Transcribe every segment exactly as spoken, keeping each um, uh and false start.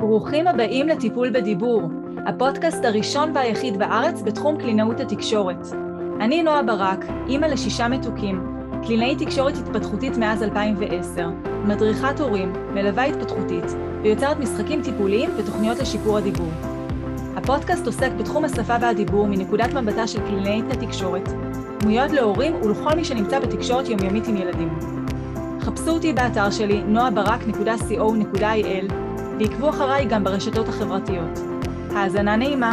ברוכים הבאים לטיפול בדיבור, הפודקאסט הראשון והיחיד בארץ בתחום קלינאות התקשורת. אני נועה ברק, אימא לשישה מתוקים, קלינאית תקשורת התפתחותית מאז אלפיים ועשר, מדריכת הורים, מלווה התפתחותית, ויוצרת משחקים טיפוליים ותוכניות לשיפור הדיבור. הפודקאסט עוסק בתחום השפה והדיבור מנקודת מבטה של קלינאית התקשורת, דמויות להורים ולכל מי שנמצא בתקשורת יומיומית עם ילדים. חפשו אותי באתר שלי נועה ברק נקודה סי או נקודה איי אל ועקבו אחריי גם ברשתות החברתיות. האזנה נעימה.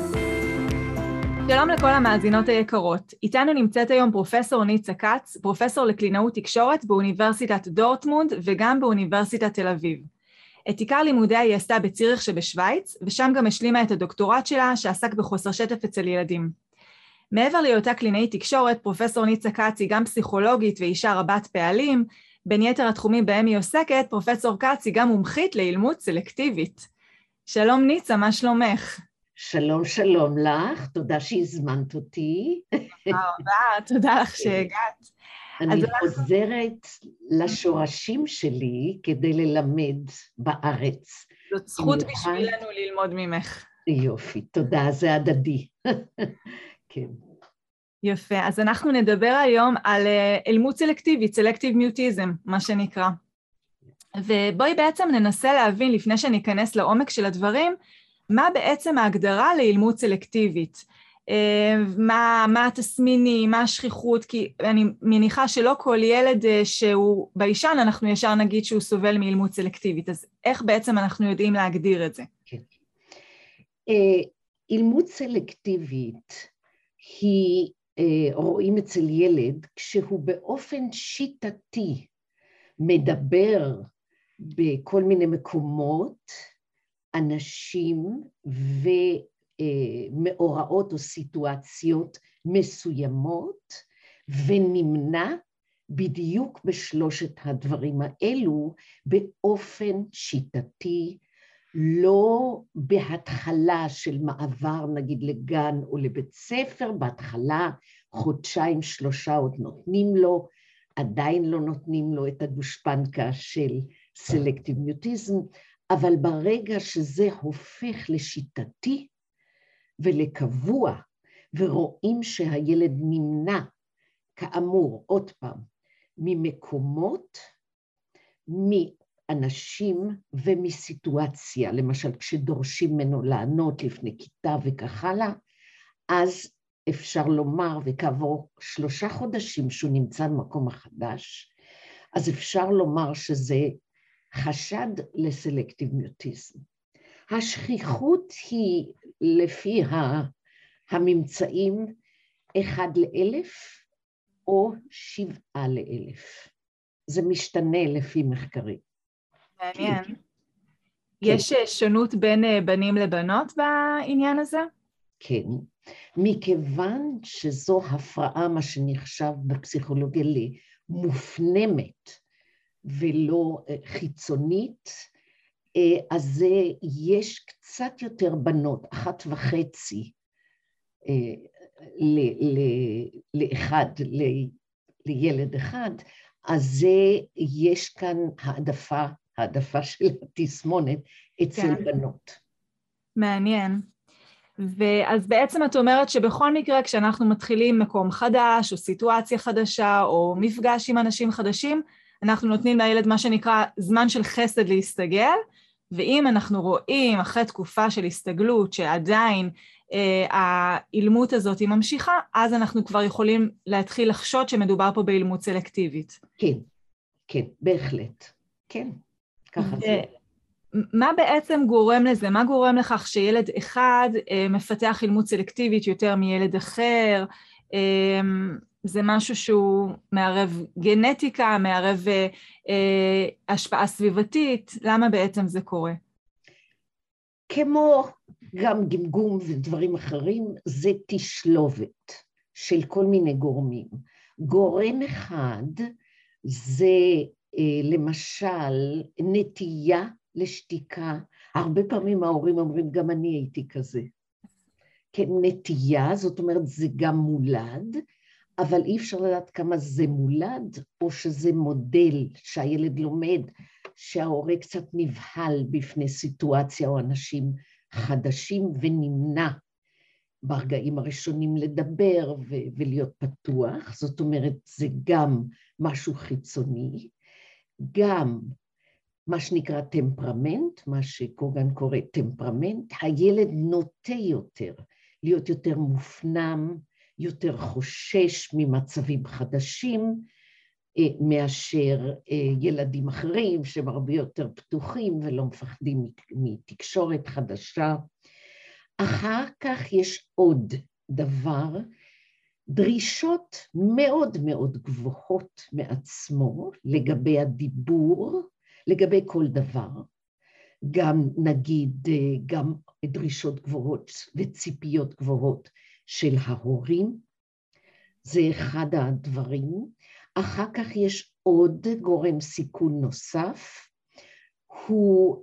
שלום לכל המאזינות היקרות. איתנו נמצאת היום פרופסור ניצה כץ, פרופסור לקלינאות תקשורת באוניברסיטת דורטמונד וגם באוניברסיטת תל אביב. את עיקר לימודיה היא עשתה בציריך שבשוויץ, ושם גם השלימה את הדוקטורט שלה שעסק בחוסר שטף אצל ילדים. מעבר להיותה קלינאית תקשורת, פרופסור ניצה כץ היא גם פסיכולוגית ואישה רבת פעלים. בין יתר התחומים בהם היא עוסקת, פרופסור כץ היא גם מומחית לאילמות סלקטיבית. שלום ניצה, מה שלומך? שלום, שלום לך, תודה שהזמנת אותי. תודה, תודה לך שהגעת. אני חוזרת לשורשים שלי כדי ללמד בארץ. זאת זכות בשבילנו ללמוד ממך. יופי, תודה, זה הדדי. כן. יפה, אז אנחנו נדבר היום על אילמות סלקטיבית, סלקטיב מיוטיזם, מה שנקרא. ובואי בעצם ננסה להבין, לפני שניכנס לעומק של הדברים, מה בעצם ההגדרה לאילמות סלקטיבית. מה, מה התסמינים, מה השכיחות, כי אני מניחה שלא כל ילד שהוא בישן, אנחנו ישר נגיד שהוא סובל מאילמות סלקטיבית, אז איך בעצם אנחנו יודעים להגדיר את זה? כן. אילמות סלקטיבית היא, רואים אצל ילד, כשהוא באופן שיטתי מדבר בכל מיני מקומות, אנשים ומאורעות או סיטואציות מסוימות, ונמנע בדיוק בשלושת הדברים האלו באופן שיטתי, לא בהתחלה של מעבר נגיד לגן או לבית ספר, בהתחלה חודשיים שלושה עוד נותנים לו, עדיין לא נותנים לו את הגושפנקה של סלקטיב מיוטיזם, אבל ברגע שזה הופך לשיטתי ולקבוע, ורואים שהילד נמנע, כאמור, עוד פעם, ממקומות, מאנשים ומסיטואציה, למשל כשדורשים ממנו לענות לפני כיתה וכך הלאה, אז אפשר לומר, וכעבור שלושה חודשים שהוא נמצא במקום החדש, אז אפשר לומר שזה חשד לסלקטיב מיוטיזם. השכיחות היא לפי הממצאים אחד לאלף או שבעה לאלף. זה משתנה לפי מחקרים. מעניין. יש שונות בין בנים לבנות בעניין הזה? כן. מכיוון שזו הפרעה, מה שנחשב בפסיכולוגיה למופנמת ולא חיצונית, אז יש קצת יותר בנות, אחת וחצי לאחד, לילד אחד, אז יש כאן העדפה, העדפה של התסמונת אצל כן. בנות. מעניין. ואז בעצם את אומרת שבכל מקרה כשאנחנו מתחילים מקום חדש או סיטואציה חדשה או מפגש עם אנשים חדשים, אנחנו נותנים לילד מה שנקרא זמן של חסד להסתגל, ואם אנחנו רואים אחרי תקופה של הסתגלות שעדיין אה, האילמות הזאת היא ממשיכה, אז אנחנו כבר יכולים להתחיל לחשוד שמדובר פה באילמות סלקטיבית. כן, כן, בהחלט. כן, ככה זה. מה בעצם גורם לזה? מה גורם לכך שילד אחד אה, מפתח אילמות סלקטיבית יותר מילד אחר? אה, זה משהו שהוא מערב גנטיקה, מערב אה, אה, השפעה סביבתית. למה בעצם זה קורה? כמו גם גמגום ודברים אחרים, זה תשלובת של כל מיני גורמים. גורם אחד זה אה, למשל נטייה לשתיקה, הרבה פעמים ההורים אומרים, גם אני הייתי כזה. כן, נטייה, זאת אומרת, זה גם מולד, אבל אי אפשר לדעת כמה זה מולד, או שזה מודל שהילד לומד, שההורה קצת נבהל בפני סיטואציה או אנשים חדשים ונמנע ברגעים הראשונים לדבר ו- ולהיות פתוח. זאת אומרת, זה גם משהו חיצוני, גם מה שנקרא טמפרמנט, מה שקוגן קורא טמפרמנט, הילד נוטה יותר, להיות יותר מופנם, יותר חושש ממצבים חדשים, מאשר ילדים אחרים שהם הרבה יותר פתוחים ולא מפחדים מתקשורת חדשה. אחר כך יש עוד דבר, דרישות מאוד מאוד גבוהות מעצמו לגבי הדיבור, לגבי כל דבר, גם נגיד, גם דרישות גבוהות וציפיות גבוהות של ההורים, זה אחד הדברים. אחר כך יש עוד גורם סיכון נוסף, הוא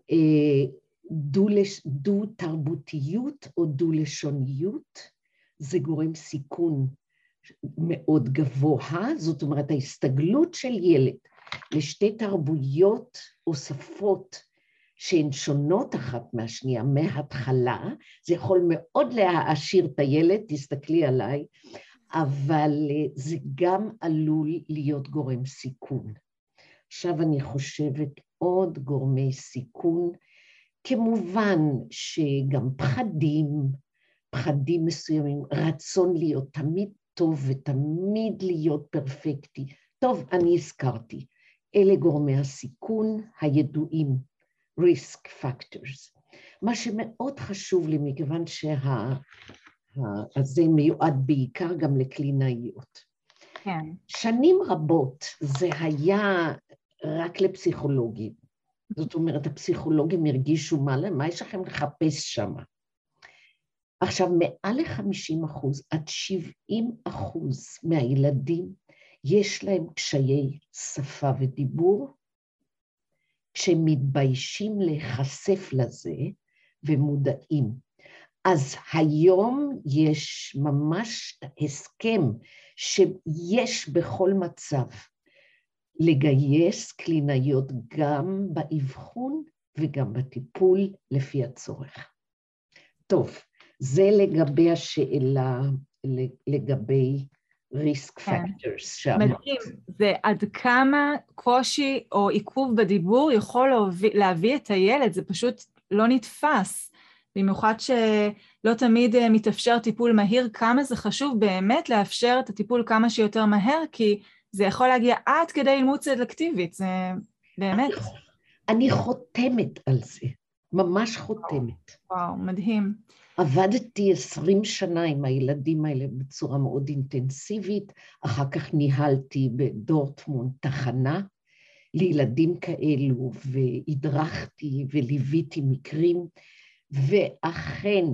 דו-תרבותיות או דו-לשוניות, זה גורם סיכון מאוד גבוה, זאת אומרת ההסתגלות של ילד לשתי תרבויות או שפות שהן שונות אחת מהשנייה מההתחלה, זה יכול מאוד להעשיר את הילד, תסתכלי עליי, אבל זה גם עלול להיות גורם סיכון. עכשיו אני חושבת עוד גורמי סיכון, כמובן שגם פחדים, פחדים מסוימים, רצון להיות תמיד טוב ותמיד להיות פרפקטי. טוב, אני הזכרתי, אלה גורמי הסיכון הידועים, risk factors. מה שמאוד חשוב לי, מכיוון שה... אז זה מיועד בעיקר גם לקלינאיות. כן. שנים רבות זה היה רק לפסיכולוגים. זאת אומרת, הפסיכולוגים הרגישו מה, מה יש לכם לחפש שם? עכשיו, מעל ל-חמישים אחוז עד שבעים אחוז מהילדים יש להם קשיי שפה ודיבור, כשהם מתביישים להיחשף לזה ומודעים. אז היום יש ממש הסכם שיש בכל מצב לגייס קלינאיות גם באבחון וגם בטיפול לפי הצורך. טוב, זה לגבי השאלה, לגבי risk factors. מדהים, זה עד כמה קושי או עיכוב בדיבור יכול להביא, להביא את הילד, זה פשוט לא נתפס. במיוחד שלא תמיד מתאפשר טיפול מהיר, כמה זה חשוב באמת לאפשר את הטיפול כמה שיותר מהר, כי זה יכול להגיע עד כדי אימוץ סלקטיבית, זה באמת. אני חותמת על זה, ממש חותמת. וואו, מדהים. עבדתי עשרים שנה עם הילדים האלה בצורה מאוד אינטנסיבית, אחר כך ניהלתי בדורטמונד תחנה לילדים כאלו, והדרכתי וליוויתי מקרים, ואכן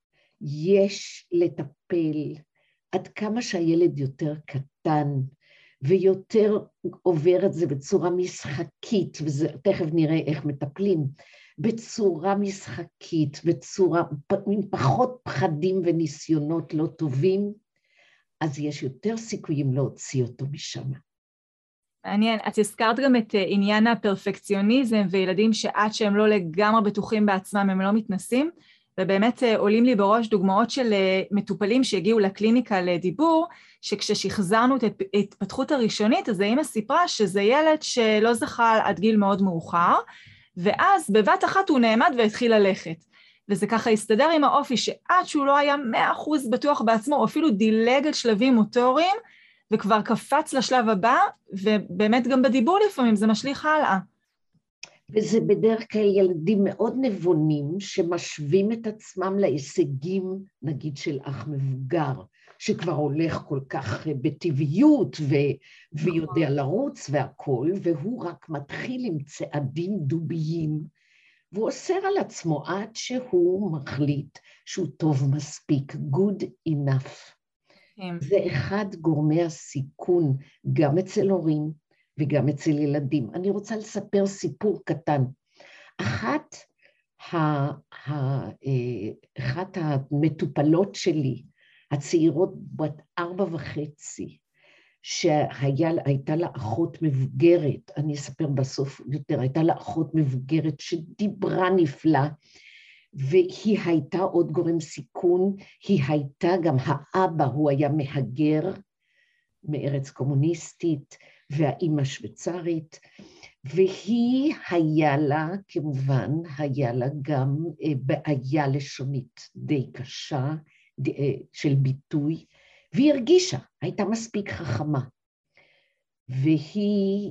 יש לטפל עד כמה שהילד יותר קטן, ויותר עובר את זה בצורה משחקית, ותכף נראה איך מטפלים, בצורה משחקית, בצורה, עם פחות פחדים וניסיונות לא טובים, אז יש יותר סיכויים להוציא אותו משם. מעניין, את הזכרת גם את עניין הפרפקציוניזם, וילדים שעד שהם לא לגמרי בטוחים בעצמם, הם לא מתנסים, ובאמת עולים לי בראש דוגמאות של מטופלים שהגיעו לקליניקה לדיבור, שכששחזרנו את ההתפתחות הראשונית, אז האמא סיפרה שזה ילד שלא זכה עד גיל מאוד מאוחר, ואז בבת אחת הוא נעמד והתחיל ללכת. וזה ככה הסתדר עם האופי שעד שהוא לא היה מאה אחוז בטוח בעצמו, או אפילו דילג על שלבים מוטוריים, וכבר קפץ לשלב הבא, ובאמת גם בדיבור לפעמים זה משליך הלאה. וזה בדרך כלל ילדים מאוד נבונים, שמשווים את עצמם להישגים, נגיד של אח מבוגר, שכבר הולך כל כך בטבעיות, ו- ויודע לרוץ והכל, והוא רק מתחיל עם צעדים דוביים, והוא אוסר על עצמו עד שהוא מחליט שהוא טוב מספיק, good enough. זה אחד גורמי הסיכון, גם אצל הורים וגם אצל ילדים. אני רוצה לספר סיפור קטן. אחת, ה, ה, אחת המטופלות שלי, הצעירות בת ארבע וחצי, שהייתה לה אחות מבוגרת, אני אספר בסוף יותר, הייתה לה אחות מבוגרת שדיברה נפלא, והיא הייתה עוד גורם סיכון, היא הייתה גם האבא, הוא היה מהגר מארץ קומוניסטית, והאימא שוויצרית, והיא היה לה, כמובן, היה לה גם בעיה לשונית די קשה של ביטוי, והיא הרגישה, הייתה מספיק חכמה, והיא,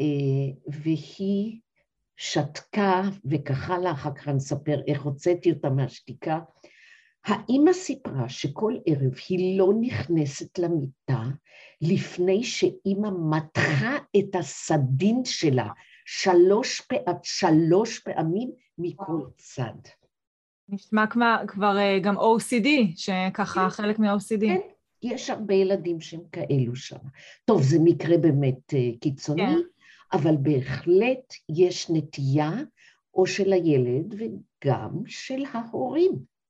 והיא שתקה וככה לה, אחר כך נספר איך הוצאתי אותה מהשתיקה. האמא סיפרה שכל ערב היא לא נכנסת למיטה, לפני שאמא מתחה את הסדין שלה, שלוש, פעם, שלוש פעמים מכל צד. נשמע כבר, כבר גם או סי די, שככה חלק מ-או סי די. כן, יש הרבה ילדים שהם כאלו שם. טוב, זה מקרה באמת קיצוני, כן. אבל בהחלט יש נטייה, או של הילד וגם של ההורים.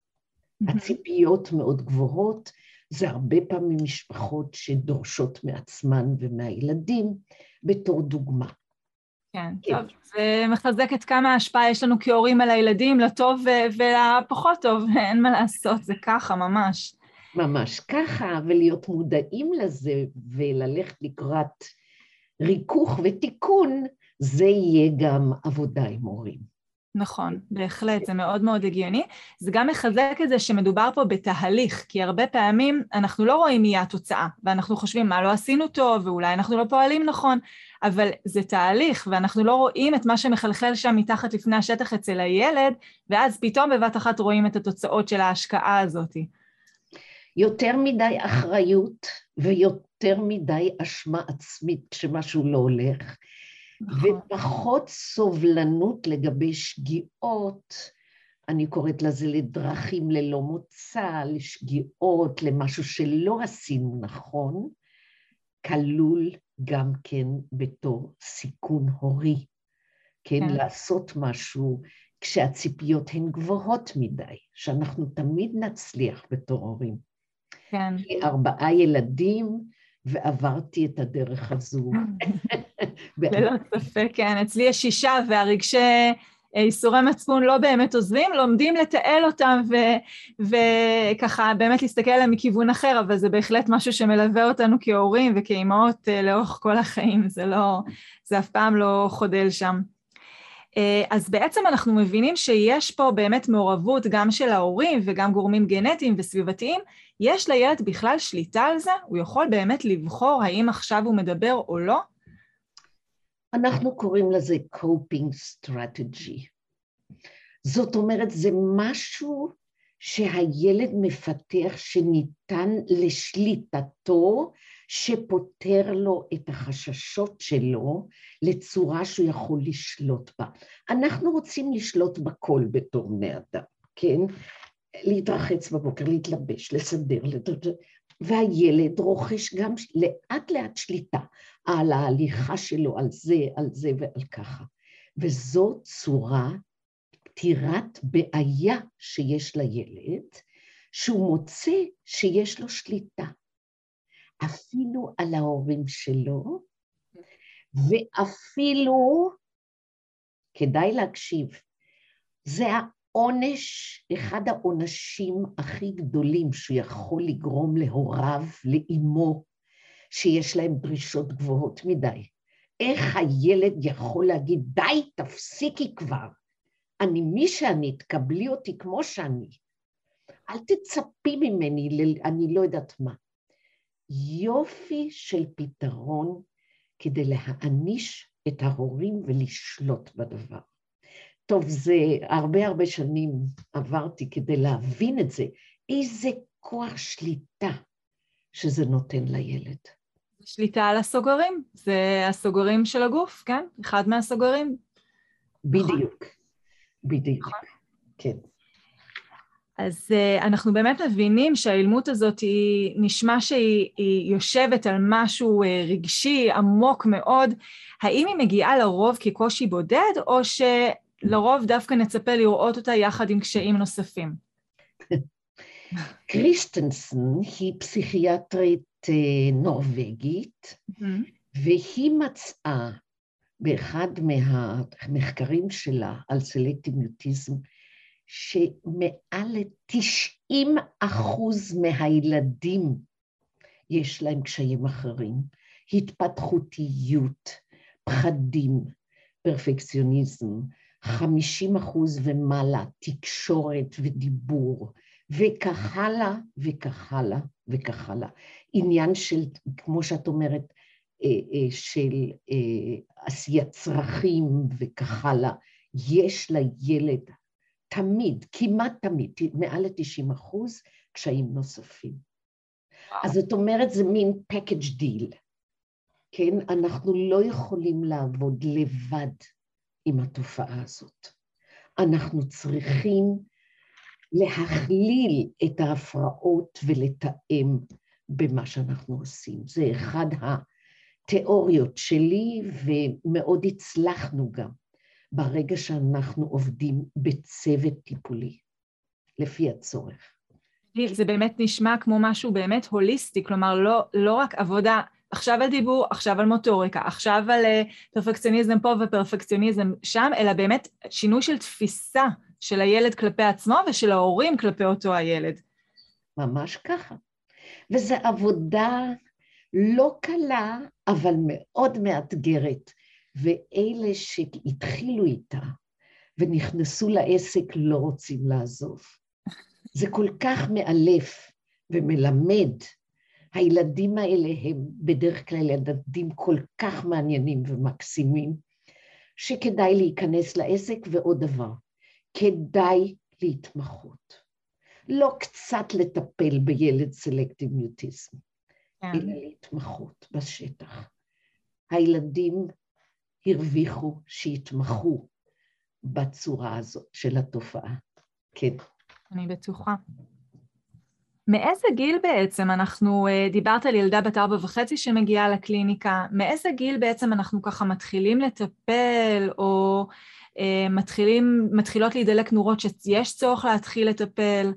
הציפיות מאוד גבוהות, זה הרבה פעמים משפחות שדורשות מעצמן ומהילדים, בתור דוגמה. כן, כן. טוב, זה מחזק את כמה ההשפעה יש לנו כהורים על הילדים, לטוב ולפחות טוב, אין מה לעשות, זה ככה ממש. ממש ככה, ולהיות מודעים לזה, וללכת לקראת ריכוך ותיקון, זה יהיה גם עבודה עם הורים. נכון, בהחלט, זה מאוד מאוד הגיוני. זה גם מחזק את זה שמדובר פה בתהליך, כי הרבה פעמים אנחנו לא רואים מי התוצאה, ואנחנו חושבים מה לא עשינו טוב, ואולי אנחנו לא פועלים נכון, אבל זה תהליך, ואנחנו לא רואים את מה שמחלחל שם מתחת לפני השטח אצל הילד, ואז פתאום בבת אחת רואים את התוצאות של ההשקעה הזאת. יותר מדי אחריות, ויותר מדי אשמה עצמית כשמשהו לא הולך, ופחות סובלנות לגבי שגיאות, אני קוראת לזה לדרכים ללא מוצא, לשגיאות, למשהו שלא עשינו נכון, כלול גם כן בתור סיכון הורי, כן, כן. לעשות משהו כשהציפיות הן גבוהות מדי, שאנחנו תמיד נצליח בתור הורים. כן. ארבעה ילדים, ועברתי את הדרך הזו. ללא ספק, כן. אצלי יש שישה, והרגשי איסורי מצפון לא באמת עוזבים, לומדים לתעל אותם, וככה באמת להסתכל עליהם מכיוון אחר, אבל זה בהחלט משהו שמלווה אותנו כהורים וכאימהות לאורך כל החיים, זה לא, זה אף פעם לא חודל שם. אז בעצם אנחנו מבינים שיש פה באמת מעורבות גם של ההורים וגם גורמים גנטיים וסביבתיים, יש לילד בכלל שליטה על זה? הוא יכול באמת לבחור האם עכשיו הוא מדבר או לא? אנחנו קוראים לזה coping strategy. זאת אומרת, זה משהו שהילד מפתח שניתן לשליטתו, שפותר לו את החששות שלו לצורה שהוא יכול לשלוט בה. אנחנו רוצים לשלוט בכל בתור בני אדם, כן? להתרחץ בבוקר, להתלבש, לסדר, לדבר, והילד רוכש גם לאט לאט שליטה על ההליכה שלו, על זה, על זה ועל ככה. וזו צורה פתירת בעיה שיש לילד, שהוא מוצא שיש לו שליטה. אפילו על ההורים שלו, ואפילו, כדאי להקשיב, זה העונש, אחד העונשים הכי גדולים שהוא יכול לגרום להוריו, לאמו, שיש להם דרישות גבוהות מדי. איך הילד יכול להגיד, די, תפסיקי כבר, אני מי שאני, תקבלי אותי כמו שאני, אל תצפי ממני, אני לא יודעת מה. יופי של פתרון כדי להעניש את ההורים ולשלוט בדבר. טוב, זה הרבה הרבה שנים עברתי כדי להבין את זה, איזה כוח שליטה שזה נותן לילד. שליטה על הסוגרים, זה הסוגרים של הגוף, כן? אחד מהסוגרים. בדיוק, בדיוק, כן. אז uh, אנחנו באמת מבינים שהאילמות הזאת היא נשמע שהיא היא יושבת על משהו uh, רגשי עמוק מאוד. האם היא מגיעה לרוב כקושי בודד, או שלרוב דווקא נצפה לראות אותה יחד עם קשיים נוספים? קריסטנסן היא פסיכיאטרית נורווגית, Mm-hmm. והיא מצאה באחד מהמחקרים שלה על סלקטיב מיוטיזם, שמעל ל-תשעים אחוז מהילדים יש להם קשיים אחרים, התפתחותיות, פחדים, פרפקציוניזם, חמישים אחוז ומעלה, תקשורת ודיבור, וכך הלאה וכך הלאה וכך הלאה. עניין של, כמו שאת אומרת, של עשיית צרכים וכך הלאה, יש לילד תמיד, כמעט תמיד, מעל ל-תשעים אחוז קשיים נוספים. וואו. אז זאת אומרת, זה מין package deal, כן? אנחנו לא יכולים לעבוד לבד עם התופעה הזאת. אנחנו צריכים להכליל את ההפרעות ולתאם במה שאנחנו עושים. זה אחד התיאוריות שלי, ומאוד הצלחנו גם ברגע שאנחנו עובדים בצוות טיפולי, לפי הצורך. זה באמת נשמע כמו משהו באמת הוליסטי, כלומר לא, לא רק עבודה, עכשיו על דיבור, עכשיו על מוטוריקה, עכשיו על פרפקציוניזם פה ופרפקציוניזם שם, אלא באמת שינוי של תפיסה של הילד כלפי עצמו ושל ההורים כלפי אותו הילד. ממש ככה. וזו עבודה לא קלה, אבל מאוד מאתגרת, ואלה שהתחילו איתה ונכנסו לעסק לא רוצים לעזוב. זה כל כך מאלף ומלמד. הילדים האלה הם בדרך כלל ילדים כל כך מעניינים ומקסימים, שכדאי להיכנס לעסק. ועוד דבר, כדאי להתמחות. לא קצת לטפל בילד סלקטיב מיוטיזם, אלא להתמחות בשטח. הילדים הרוויחו שהתמחו בצורה הזאת של התופעה. כן. אני בטוחה. מאיזה גיל בעצם אנחנו, דיברת על ילדה בת ארבע וחצי שמגיעה לקליניקה, מאיזה גיל בעצם אנחנו ככה מתחילים לטפל, או מתחילים, מתחילות להידלק נורות שיש צורך להתחיל לטפל?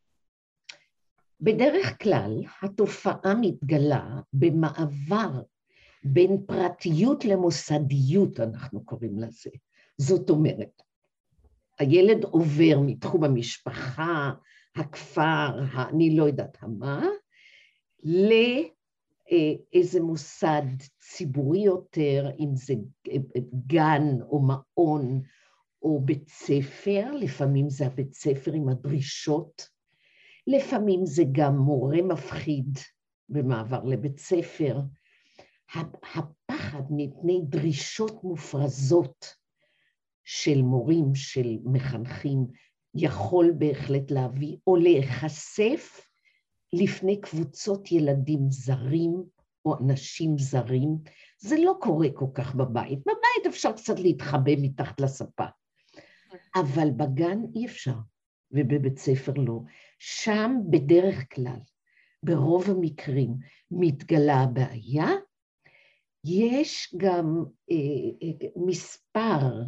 בדרך כלל התופעה מתגלה במעבר בין פרטיות למוסדיות, אנחנו קוראים לזה. זאת אומרת, הילד עובר מתחום המשפחה, הכפר, אני לא יודעת מה, לאיזה מוסד ציבורי יותר, אם זה גן או מעון או בית ספר, לפעמים זה הבית ספר עם הדרישות, לפעמים זה גם מורה מפחיד במעבר לבית ספר. הפחד מפני דרישות מופרזות של מורים, של מחנכים, יכול בהחלט להביא או להיחשף לפני קבוצות ילדים זרים או אנשים זרים. זה לא קורה כל כך בבית. בבית אפשר קצת להתחבא מתחת לספה, אבל בגן אי אפשר, ובבית ספר לא. שם בדרך כלל, ברוב המקרים, מתגלה הבעיה. יש גם אה, אה, מספר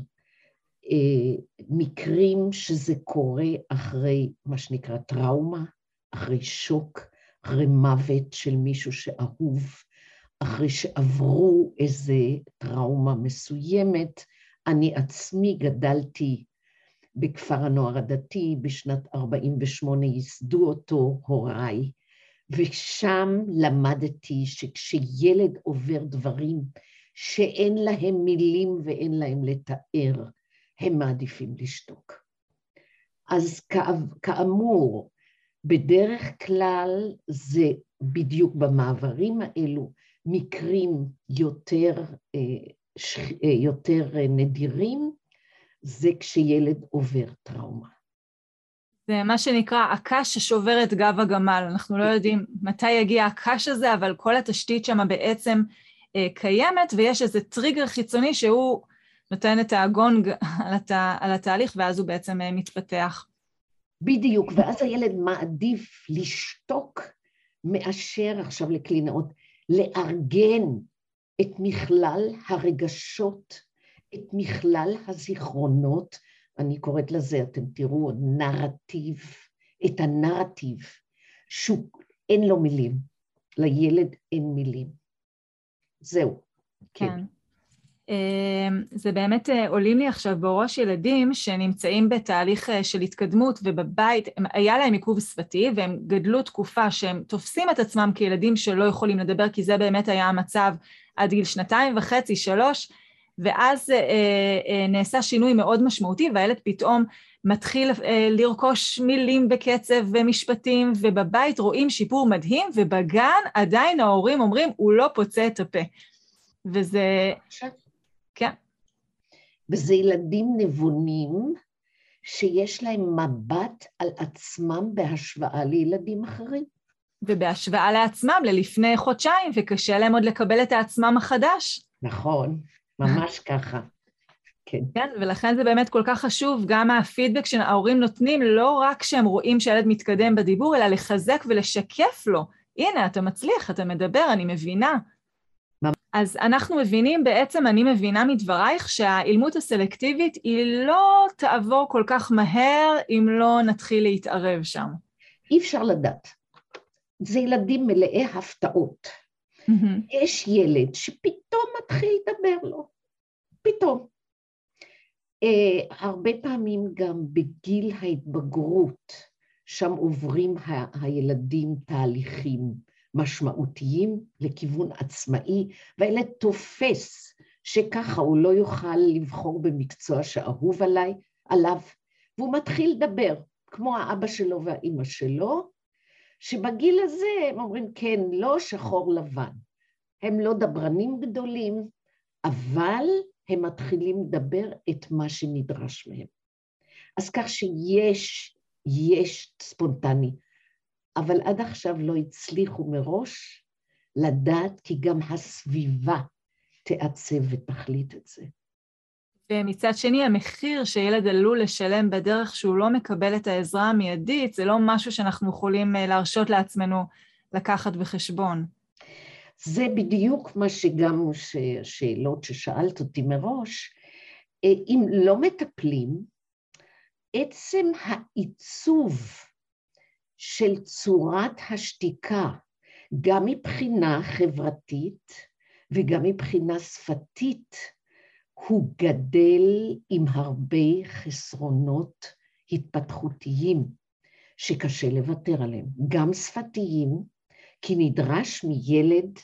אה, מקרים שזה קורה אחרי מה שנקרא טראומה, אחרי שוק, אחרי מוות של מישהו שאהוב, אחרי שעברו איזה טראומה מסוימת. אני עצמי גדלתי בכפר הנוער הדתי, בשנת ארבעים ושמונה ייסדו אותו הוריי, ושם למדתי שכשילד עובר דברים שאין להם מילים ואין להם לתאר, הם מעדיפים לשתוק. אז כאמור, בדרך כלל זה בדיוק במעברים האלו, מקרים יותר, יותר נדירים, זה כשילד עובר טראומה. זה מה שנקרא הקש ששובר את גב הגמל. אנחנו לא יודעים מתי יגיע הקש הזה, אבל כל התשתית שם בעצם אה, קיימת, ויש איזה טריגר חיצוני שהוא נותן את הגונג על, הת... על התהליך, ואז הוא בעצם אה, מתפתח. בדיוק, ואז הילד מעדיף לשתוק מאשר עכשיו לקלינאות, לארגן את מכלל הרגשות, את מכלל הזיכרונות, אני קוראת לזה, אתם תראו, נרטיב, את הנרטיב, שאין לו מילים, לילד אין מילים. זהו. כן. זה באמת עולים לי עכשיו בראש ילדים שנמצאים בתהליך של התקדמות ובבית, היה להם עיכוב שפתי והם גדלו תקופה שהם תופסים את עצמם כילדים שלא יכולים לדבר, כי זה באמת היה המצב עד גיל שנתיים וחצי, שלוש, ואז נעשה שינוי מאוד משמעותי והילד פתאום מתחיל לרכוש מילים בקצב ומשפטים, ובבית רואים שיפור מדהים, ובגן עדיין ההורים אומרים, הוא לא פוצע את הפה. וזה... כן. וזה ילדים נבונים שיש להם מבט על עצמם בהשוואה לילדים אחרים. ובהשוואה לעצמם ללפני חודשיים, וקשה להם עוד לקבל את העצמם החדש. נכון, ממש ככה. כן. כן, ולכן זה באמת כל כך חשוב, גם הפידבק שההורים נותנים, לא רק שהם רואים שהילד מתקדם בדיבור, אלא לחזק ולשקף לו. הנה, אתה מצליח, אתה מדבר, אני מבינה. אז אנחנו מבינים, בעצם אני מבינה מדברייך, שהאילמות הסלקטיבית היא לא תעבור כל כך מהר, אם לא נתחיל להתערב שם. אי אפשר לדעת. זה ילדים מלאי הפתעות. Mm-hmm. יש ילד שפתאום מתחיל לדבר לו. פתאום. Uh, הרבה פעמים גם בגיל ההתבגרות, שם עוברים ה- הילדים תהליכים משמעותיים לכיוון עצמאי, והילד תופס שככה הוא לא יוכל לבחור במקצוע שאהוב עליי, עליו, והוא מתחיל לדבר, כמו האבא שלו והאמא שלו, שבגיל הזה הם אומרים כן, לא שחור לבן. הם לא דברנים גדולים, אבל הם מתחילים לדבר את מה שנדרש מהם. אז כך שיש, יש ספונטני, אבל עד עכשיו לא הצליחו מראש לדעת, כי גם הסביבה תעצב ותחליט את זה. ומצד שני, המחיר שילד עלול לשלם בדרך שהוא לא מקבל את העזרה המיידית, זה לא משהו שאנחנו יכולים להרשות לעצמנו לקחת בחשבון. זה בדיוק מה שגם השאלות ששאלת אותי מראש, אם לא מטפלים, עצם העיצוב של צורת השתיקה, גם מבחינה חברתית וגם מבחינה שפתית, הוא גדל עם הרבה חסרונות התפתחותיים שקשה לוותר עליהם, גם שפתיים, כי נדרש מילד,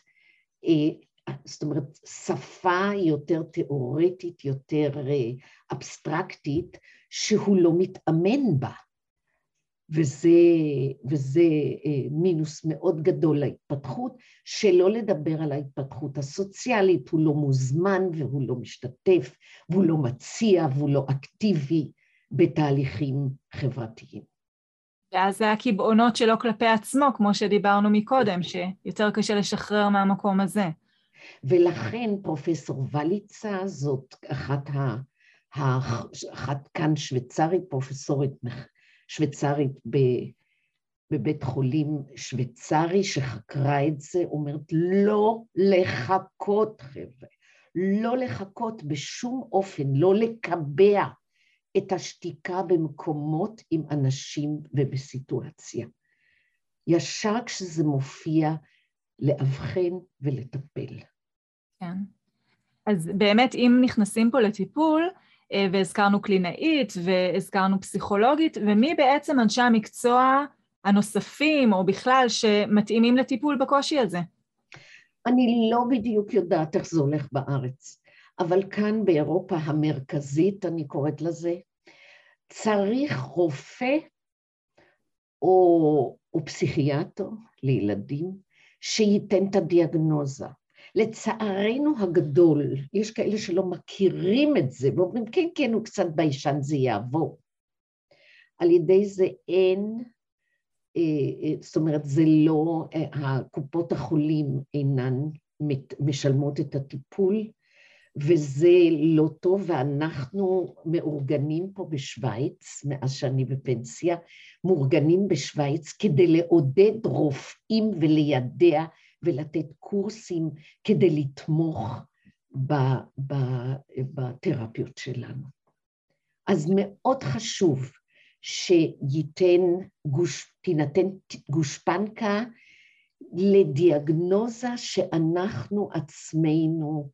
זאת אומרת, שפה יותר תיאורטית, יותר אבסטרקטית, שהוא לא מתאמן בה. וזה, וזה מינוס מאוד גדול להתפתחות, שלא לדבר על ההתפתחות הסוציאלית, הוא לא מוזמן והוא לא משתתף, והוא לא מציע והוא לא אקטיבי בתהליכים חברתיים. ואז זה הקבעונות שלו כלפי עצמו, כמו שדיברנו מקודם, שיותר קשה לשחרר מהמקום הזה. ולכן פרופסור וליצה, זאת אחת, ה, ה, אחת כאן שוויצרית, פרופסורית שוויצרית בבית חולים שוויצרי, שחקרה את זה, אומרת לא לחכות חבר'ה, לא לחכות בשום אופן, לא לקבע את השתיקה במקומות עם אנשים ובסיטואציה. ישר כשזה מופיע, לאבחן ולטפל. כן. אז באמת, אם נכנסים פה לטיפול, והזכרנו קלינאית, והזכרנו פסיכולוגית, ומי בעצם אנשי המקצוע הנוספים, או בכלל, שמתאימים לטיפול בקושי הזה? אני לא בדיוק יודעת איך זה הולך בארץ, אבל כאן באירופה המרכזית, אני קוראת לזה, צריך רופא או, או פסיכיאטר לילדים, שייתן את הדיאגנוזה. לצערנו הגדול, יש כאלה שלא מכירים את זה, ואומרים, כן, כן, הוא קצת ביישן, זה יעבור. על ידי זה אין, זאת אומרת, זה לא, הקופות החולים אינן משלמות את הטיפול, וזה לא טוב, ואנחנו מאורגנים פה בשוויץ, מאז שאני בפנסיה, מאורגנים בשוויץ כדי לעודד רופאים ולידע ולתת קורסים כדי לתמוך בתרפיות שלנו. אז מאוד חשוב שייתן גוש, תינתן גושפנקה לדיאגנוזה שאנחנו עצמנו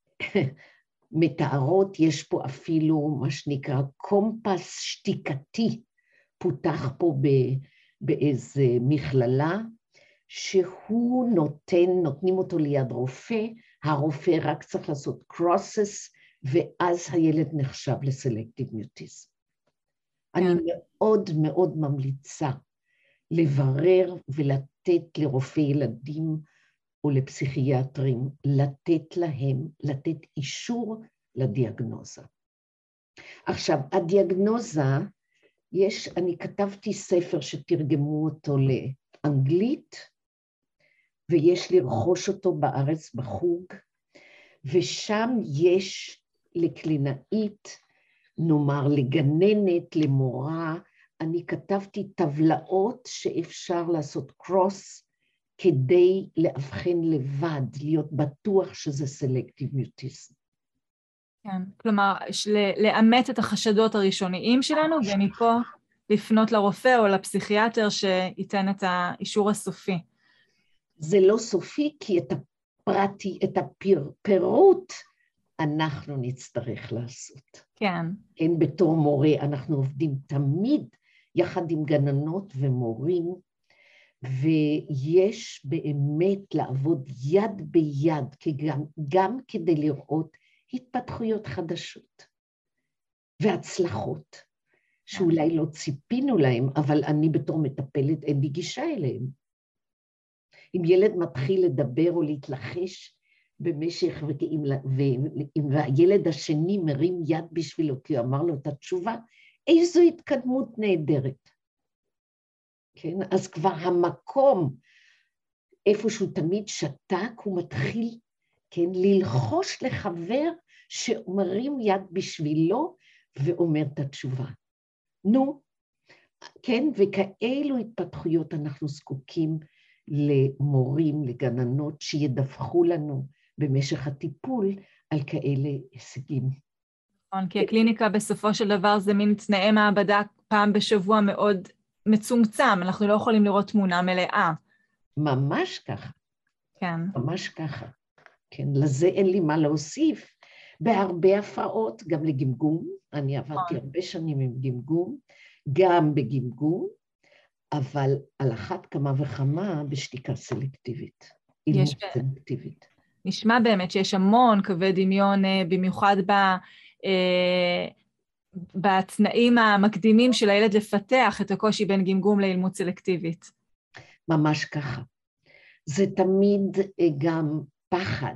מתארות. יש פה אפילו מה שנקרא קומפס שתיקתי, פותח פה באיזה מכללה, שהוא נותן, נותנים אותו ליד רופא, הרופא רק צריך לעשות קרוסס, ואז הילד נחשב לסלקטיב מיוטיזם. אני מאוד מאוד ממליצה לברר ולתת לרופאי ילדים או לפסיכיאטרים, לתת להם, לתת אישור לדיאגנוזה. עכשיו, הדיאגנוזה, יש, אני כתבתי ספר שתרגמו אותו לאנגלית, ויש לרכוש אותו בארץ בחוג, ושם יש לקלינאית, נאמר לגננת, למורה, אני כתבתי טבלאות שאפשר לעשות קרוס, כדי להבחן לבד, להיות בטוח שזה סלקטיב מיוטיזם. כן, כלומר, לאמת את החשדות הראשוניים שלנו, ומפה לפנות לרופא או לפסיכיאטר שייתן את האישור הסופי. זה לא סופי, כי את הפרטי, את הפירוט, אנחנו נצטרך לעשות. כן. כן, בתור מורה, אנחנו עובדים תמיד יחד עם גננות ומורים, ויש באמת לעבוד יד ביד, גם, גם כדי לראות התפתחויות חדשות והצלחות, שאולי לא ציפינו להם, אבל אני בתור מטפלת אין לי גישה אליהם. אם ילד מתחיל לדבר או להתלחש במשך, ואם, ואם הילד השני מרים יד בשבילו, כי הוא אמר לו את התשובה, איזו התקדמות נהדרת. כן? אז כבר המקום, איפה שהוא תמיד שתק, הוא מתחיל, כן, ללחוש לחבר שמרים יד בשבילו ואומר את התשובה. נו, כן, וכאלו התפתחויות אנחנו זקוקים למורים, לגננות, שידווחו לנו במשך הטיפול על כאלה הישגים. נכון, כי הקליניקה בסופו של דבר זה מין תנאי מעבדה פעם בשבוע מאוד מצומצם, אנחנו לא יכולים לראות תמונה מלאה. ממש ככה. כן. ממש ככה. כן, לזה אין לי מה להוסיף. בהרבה הפרעות, גם לגמגום, אני עבדתי הרבה שנים עם גמגום, גם בגמגום, אבל על אחת כמה וכמה בשתיקה סלקטיבית. יש סלקטיבית. נשמע באמת שיש המון קווי דמיון, במיוחד ב... בתנאים המקדימים של הילד לפתח את הקושי בין גמגום לאילמות סלקטיבית. ממש ככה. זה תמיד גם פחד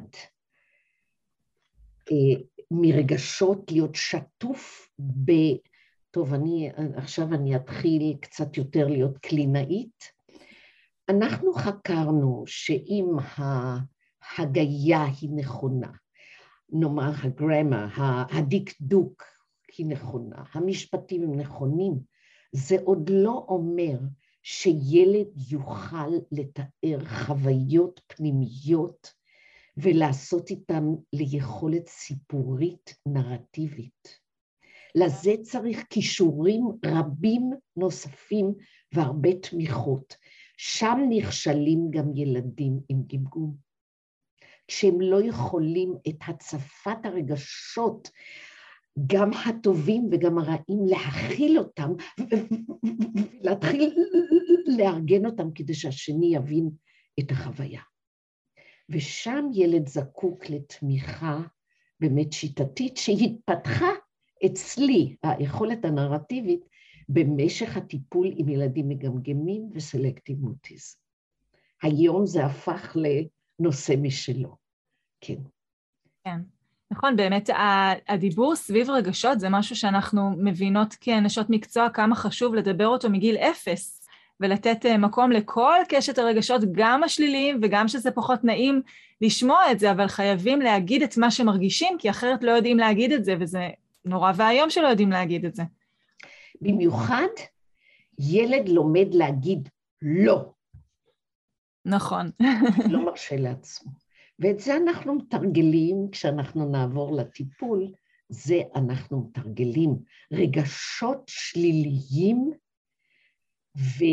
מרגשות להיות שטוף ב... טוב, אני, עכשיו אני אתחיל קצת יותר להיות קלינאית. אנחנו חקרנו שאם ההגייה היא נכונה, נאמר הגרמה, הדקדוק היא נכונה, המשפטים הם נכונים, זה עוד לא אומר שילד יוכל לתאר חוויות פנימיות ולעשות איתם ליכולת סיפורית נרטיבית. לזה צריך כישורים רבים נוספים והרבה תמיכות. שם נכשלים גם ילדים עם גמגום. כשהם לא יכולים את הצפת הרגשות, גם הטובים וגם הרעים, להכיל אותם, ולהתחיל לארגן אותם כדי שהשני יבין את החוויה. ושם ילד זקוק לתמיכה באמת שיטתית, שהתפתחה אצלי, היכולת הנרטיבית, במשך הטיפול עם ילדים מגמגמים וסלקטיב מיוטיזם. היום זה הפך לנושא משלו. כן. כן. נכון, באמת הדיבור סביב רגשות זה משהו שאנחנו מבינות כאנשות מקצוע כמה חשוב לדבר אותו מגיל אפס, ולתת מקום לכל קשת הרגשות, גם השליליים וגם שזה פחות נעים לשמוע את זה, אבל חייבים להגיד את מה שמרגישים, כי אחרת לא יודעים להגיד את זה, וזה נורא והיום שלא יודעים להגיד את זה. במיוחד ילד לומד להגיד לא. נכון. לא מרשה לעצמו. ואת זה אנחנו מתרגלים, כשאנחנו נעבור לטיפול, זה אנחנו מתרגלים רגשות שליליים,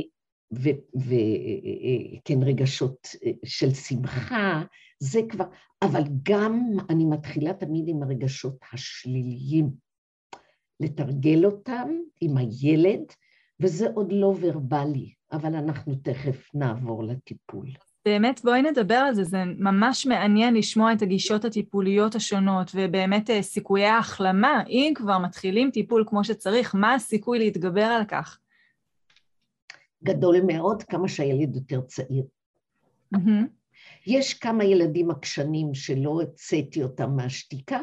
וכן, רגשות של שמחה, זה כבר, אבל גם אני מתחילה תמיד עם הרגשות השליליים, לתרגל אותם עם הילד, וזה עוד לא ורבלי, אבל אנחנו תכף נעבור לטיפול. באמת, בואי נדבר על זה, זה ממש מעניין לשמוע את הגישות הטיפוליות השונות, ובאמת סיכויי ההחלמה, אם כבר מתחילים טיפול כמו שצריך, מה הסיכוי להתגבר על כך? גדול מאוד, כמה שהילד יותר צעיר. Mm-hmm. יש כמה ילדים עקשנים שלא הצאתי אותם מהשתיקה,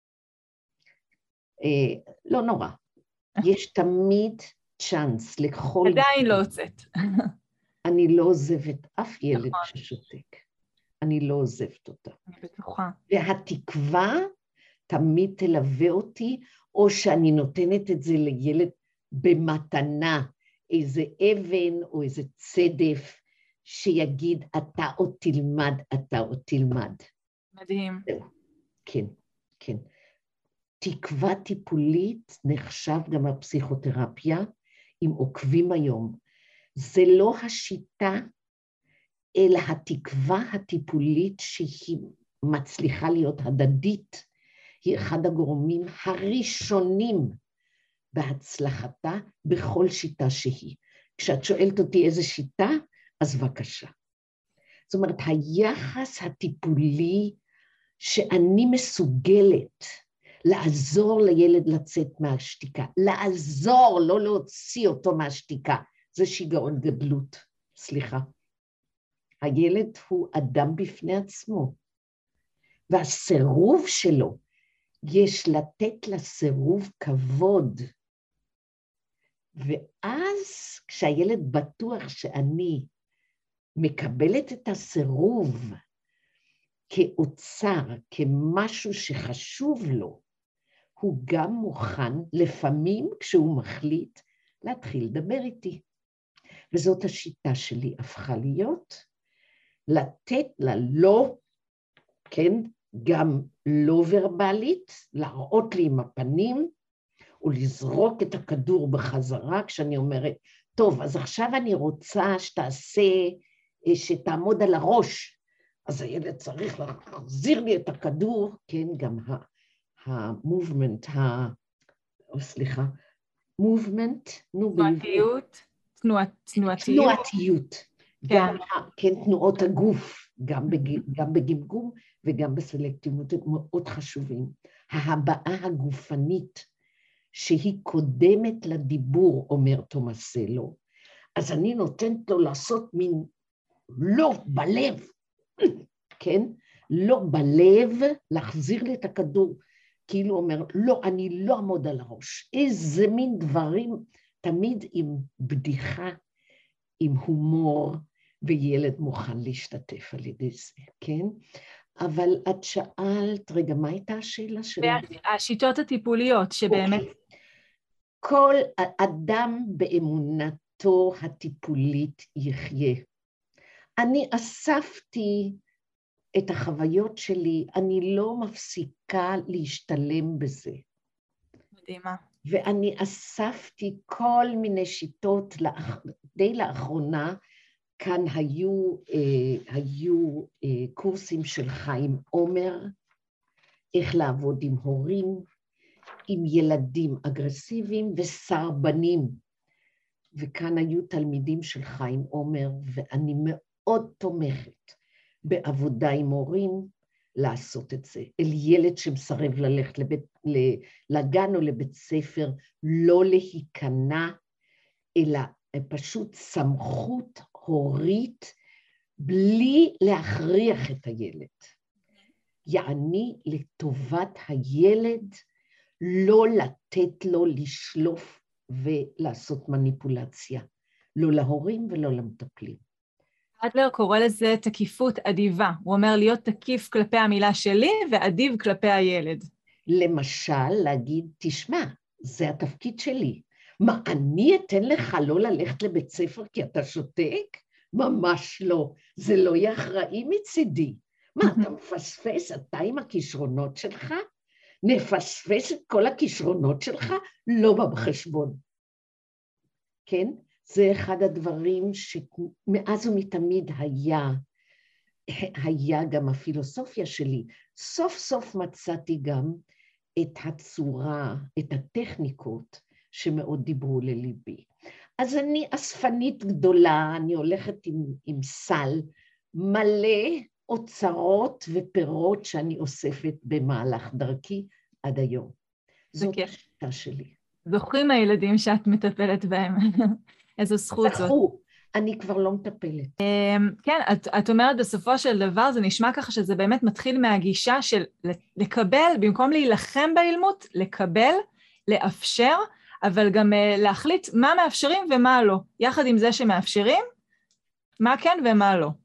אה, לא נורא. יש תמיד צ'אנס לכל... עדיין לא הוצאת. אני לא עוזבת אף ילד ששותק. אני לא עוזבת אותה. אני בטוחה. והתקווה תמיד תלווה אותי, או שאני נותנת את זה לילד במתנה, איזה אבן או איזה צדף, שיגיד, אתה עוד תלמד, אתה עוד תלמד. מדהים. זהו. כן, כן. תקווה טיפולית נחשב גם הפסיכותרפיה, אם עוקבים היום. זה לא השיטה, אלא התקווה הטיפולית שהיא מצליחה להיות הדדית, היא אחד הגורמים הראשונים בהצלחתה בכל שיטה שהיא. כשאת שואלת אותי איזה שיטה, אז בבקשה. זאת אומרת, היחס הטיפולי שאני מסוגלת לעזור לילד לצאת מהשתיקה, לעזור, לא להוציא אותו מהשתיקה, זה שיגעון גדלות, סליחה. הילד הוא אדם בפני עצמו, והסירוב שלו, יש לתת לסירוב כבוד, ואז כשהילד בטוח שאני מקבלת את הסירוב כאוצר, כמשהו שחשוב לו, הוא גם מוכן לפעמים כשהוא מחליט להתחיל לדבר איתי. וזאת השיטה שלי הפכה להיות, לתת ללא, כן, גם לא ורבלית, להראות לי עם הפנים, ולזרוק את הכדור בחזרה, כשאני אומרת, טוב, אז עכשיו אני רוצה שתעשה, שתעמוד על הראש, אז הילד צריך להחזיר לי את הכדור, כן, גם ה-movement, ה... סליחה, movement, תנועתיות, תנועתיות. תנועתיות, גם, כן, תנועות הגוף, גם בגמגום וגם בסלקטיביות, מאוד חשובים. ההבעה הגופנית, שהיא קודמת לדיבור, אומר תומאסלו, אז אני נותנת לו לעשות מין לא בלב, כן? לא בלב, להחזיר לי את הכדור, כאילו אומר, לא, אני לא עמוד על הראש. איזה מין דברים, תמיד עם בדיחה, עם הומור, וילד מוכן להשתתף על ידי זה, כן? אבל את שאלת, רגע, מה הייתה השאלה שלה? השיטות הטיפוליות, שבאמת... Okay. כל אדם באמונתו הטיפולית יחיה. אני אספתי את החוויות שלי, אני לא מפסיקה להשתלם בזה. מדהימה. ואני אספתי כל מיני שיטות, די לאחרונה, כאן היו, אה, היו אה, קורסים של חיים עומר, איך לעבוד עם הורים, עם ילדים אגרסיביים וסרבנים. וכאן היו תלמידים של חיים עומר, ואני מאוד תומכת בעבודה עם הורים לעשות את זה. אל ילד שמסרב ללכת לבית, לגן או לבית ספר, לא להיכנע, אלא פשוט סמכות הורית, בלי להכריח את הילד. יעני לטובת הילד, לא לתת לו לשלוף ולעשות מניפולציה, לא להורים ולא למטפלים. אדלר קורא לזה תקיפות אדיבה, הוא אומר להיות תקיף כלפי המילה שלי ואדיב כלפי הילד. למשל, להגיד, תשמע, זה התפקיד שלי. מה, אני אתן לך לא ללכת לבית ספר כי אתה שותק? ממש לא, זה לא יהיה אחראי מצידי. מה, אתה מפספס, אתה עם הכישרונות שלך? נפספס את כל הכישרונות שלך? לא בא בחשבון. כן? זה אחד הדברים שמאז ומתמיד היה, היה גם הפילוסופיה שלי. סוף סוף מצאתי גם את הצורה, את הטכניקות שמאוד דיברו לליבי. אז אני אספנית גדולה, אני הולכת עם, עם סל מלא אוצרות ופירות שאני אוספת במהלך דרכי עד היום. זאת השיטה שלי. זוכים הילדים שאת מטפלת בהם. איזו זכות זאת. זכו, אני כבר לא מטפלת. כן, את, את אומרת בסופו של דבר, זה נשמע ככה שזה באמת מתחיל מהגישה של לקבל, במקום להילחם באילמות, לקבל, לאפשר, אבל גם להחליט מה מאפשרים ומה לא. יחד עם זה שמאפשרים, מה כן ומה לא.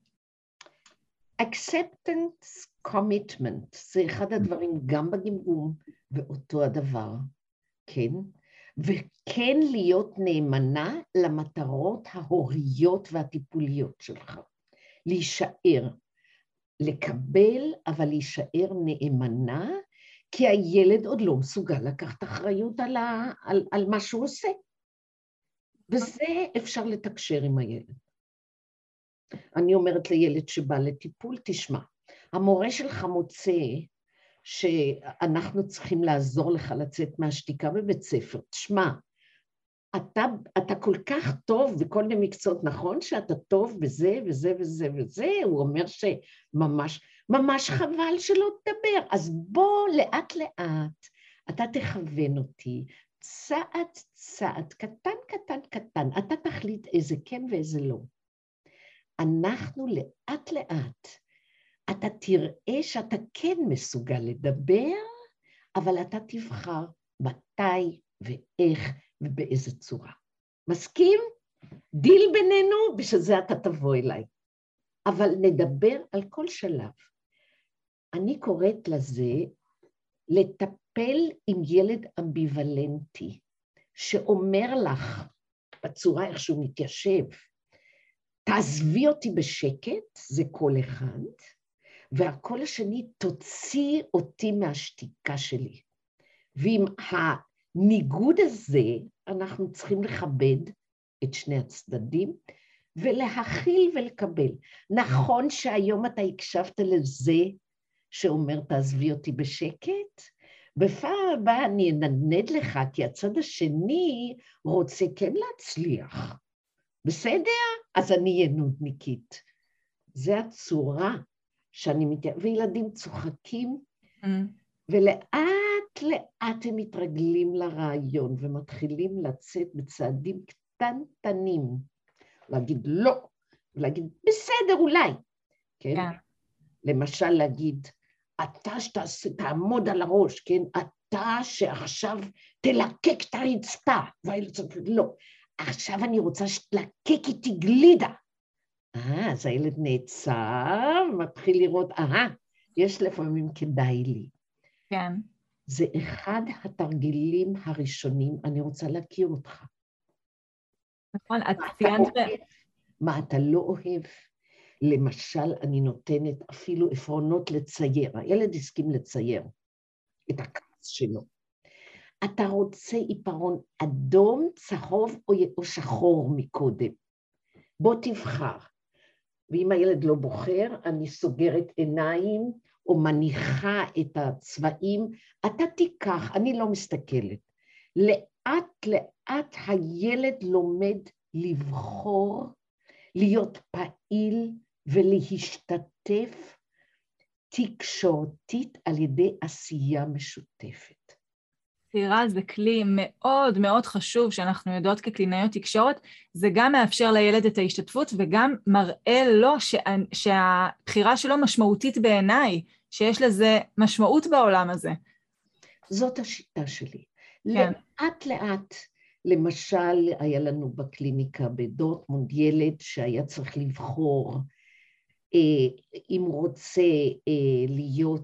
acceptance commitment, זה אחד הדברים גם בגמגום, ואותו הדבר, כן? וכן להיות נאמנה למטרות ההוריות והטיפוליות שלך. להישאר, לקבל, אבל להישאר נאמנה, כי הילד עוד לא מסוגל לקחת אחריות על, ה, על, על מה שהוא עושה. וזה אפשר לתקשר עם הילד. אני אומרת לילד שבא לטיפול, תשמע, המורה שלך מוצא שאנחנו צריכים לעזור לך לצאת מהשתיקה בבית ספר. תשמע, אתה, אתה כל כך טוב בכל מיני מקצועות, נכון שאתה טוב בזה וזה וזה וזה, הוא אומר שממש, ממש חבל שלא תדבר, אז בוא לאט לאט, אתה תכוון אותי, צעד צעד, קטן קטן קטן, אתה תחליט איזה כן ואיזה לא. אנחנו לאט לאט, אתה תראה שאתה כן מסוגל לדבר, אבל אתה תבחר מתי ואיך ובאיזה צורה. מסכים? דיל בינינו, בשביל זה אתה תבוא אליי. אבל נדבר על כל שלב. אני קוראת לזה לטפל עם ילד אמביוולנטי, שאומר לך בצורה איך שהוא מתיישב, תעזבי אותי בשקט, זה כל אחד, והקול השני תוציא אותי מהשתיקה שלי. ועם הניגוד הזה אנחנו צריכים לכבד את שני הצדדים, ולהכיל ולקבל. נכון שהיום אתה הקשבת לזה שאומר תעזבי אותי בשקט, בפעם הבאה אני אנדנד לך, כי הצד השני רוצה כן להצליח. בסדר? אז אני אהיה נודניקית. זה הצורה שאני מתייחד, וילדים צוחקים, mm. ולאט לאט הם מתרגלים לרעיון, ומתחילים לצאת בצעדים קטנטנים, להגיד לא, ולהגיד בסדר אולי, כן? Yeah. למשל להגיד, אתה שתעמוד על הראש, כן? אתה שעכשיו תלקק את הרצפה, והילד צריך, לא, עכשיו אני רוצה שתלקק איתי גלידה. אה, אז הילד נעצר, מתחיל לראות, אה, יש לפעמים כדאי לי. כן. זה אחד התרגילים הראשונים, אני רוצה להכיר אותך. נכון, את ציינת... מה אתה לא אוהב? למשל, אני נותנת אפילו עפרונות לצייר. הילד הסכים לצייר את הכעס שלו. אתה רוצה עיפרון אדום, צהוב או שחור מקודם. בוא תבחר. ואם הילד לא בוחר, אני סוגרת עיניים או מניחה את הצבעים. אתה תיקח, אני לא מסתכלת. לאט לאט הילד לומד לבחור, להיות פעיל ולהשתתף תקשורתית על ידי עשייה משותפת. בחירה זה כלי מאוד מאוד חשוב שאנחנו יודעות כקלינאיות תקשורת, זה גם מאפשר לילד את ההשתתפות וגם מראה לו שה, שהבחירה שלו משמעותית בעיניי, שיש לזה משמעות בעולם הזה. זאת השיטה שלי. כן. לאט לאט, למשל היה לנו בקליניקה בדורטמונד ילד שהיה צריך לבחור אם הוא רוצה להיות,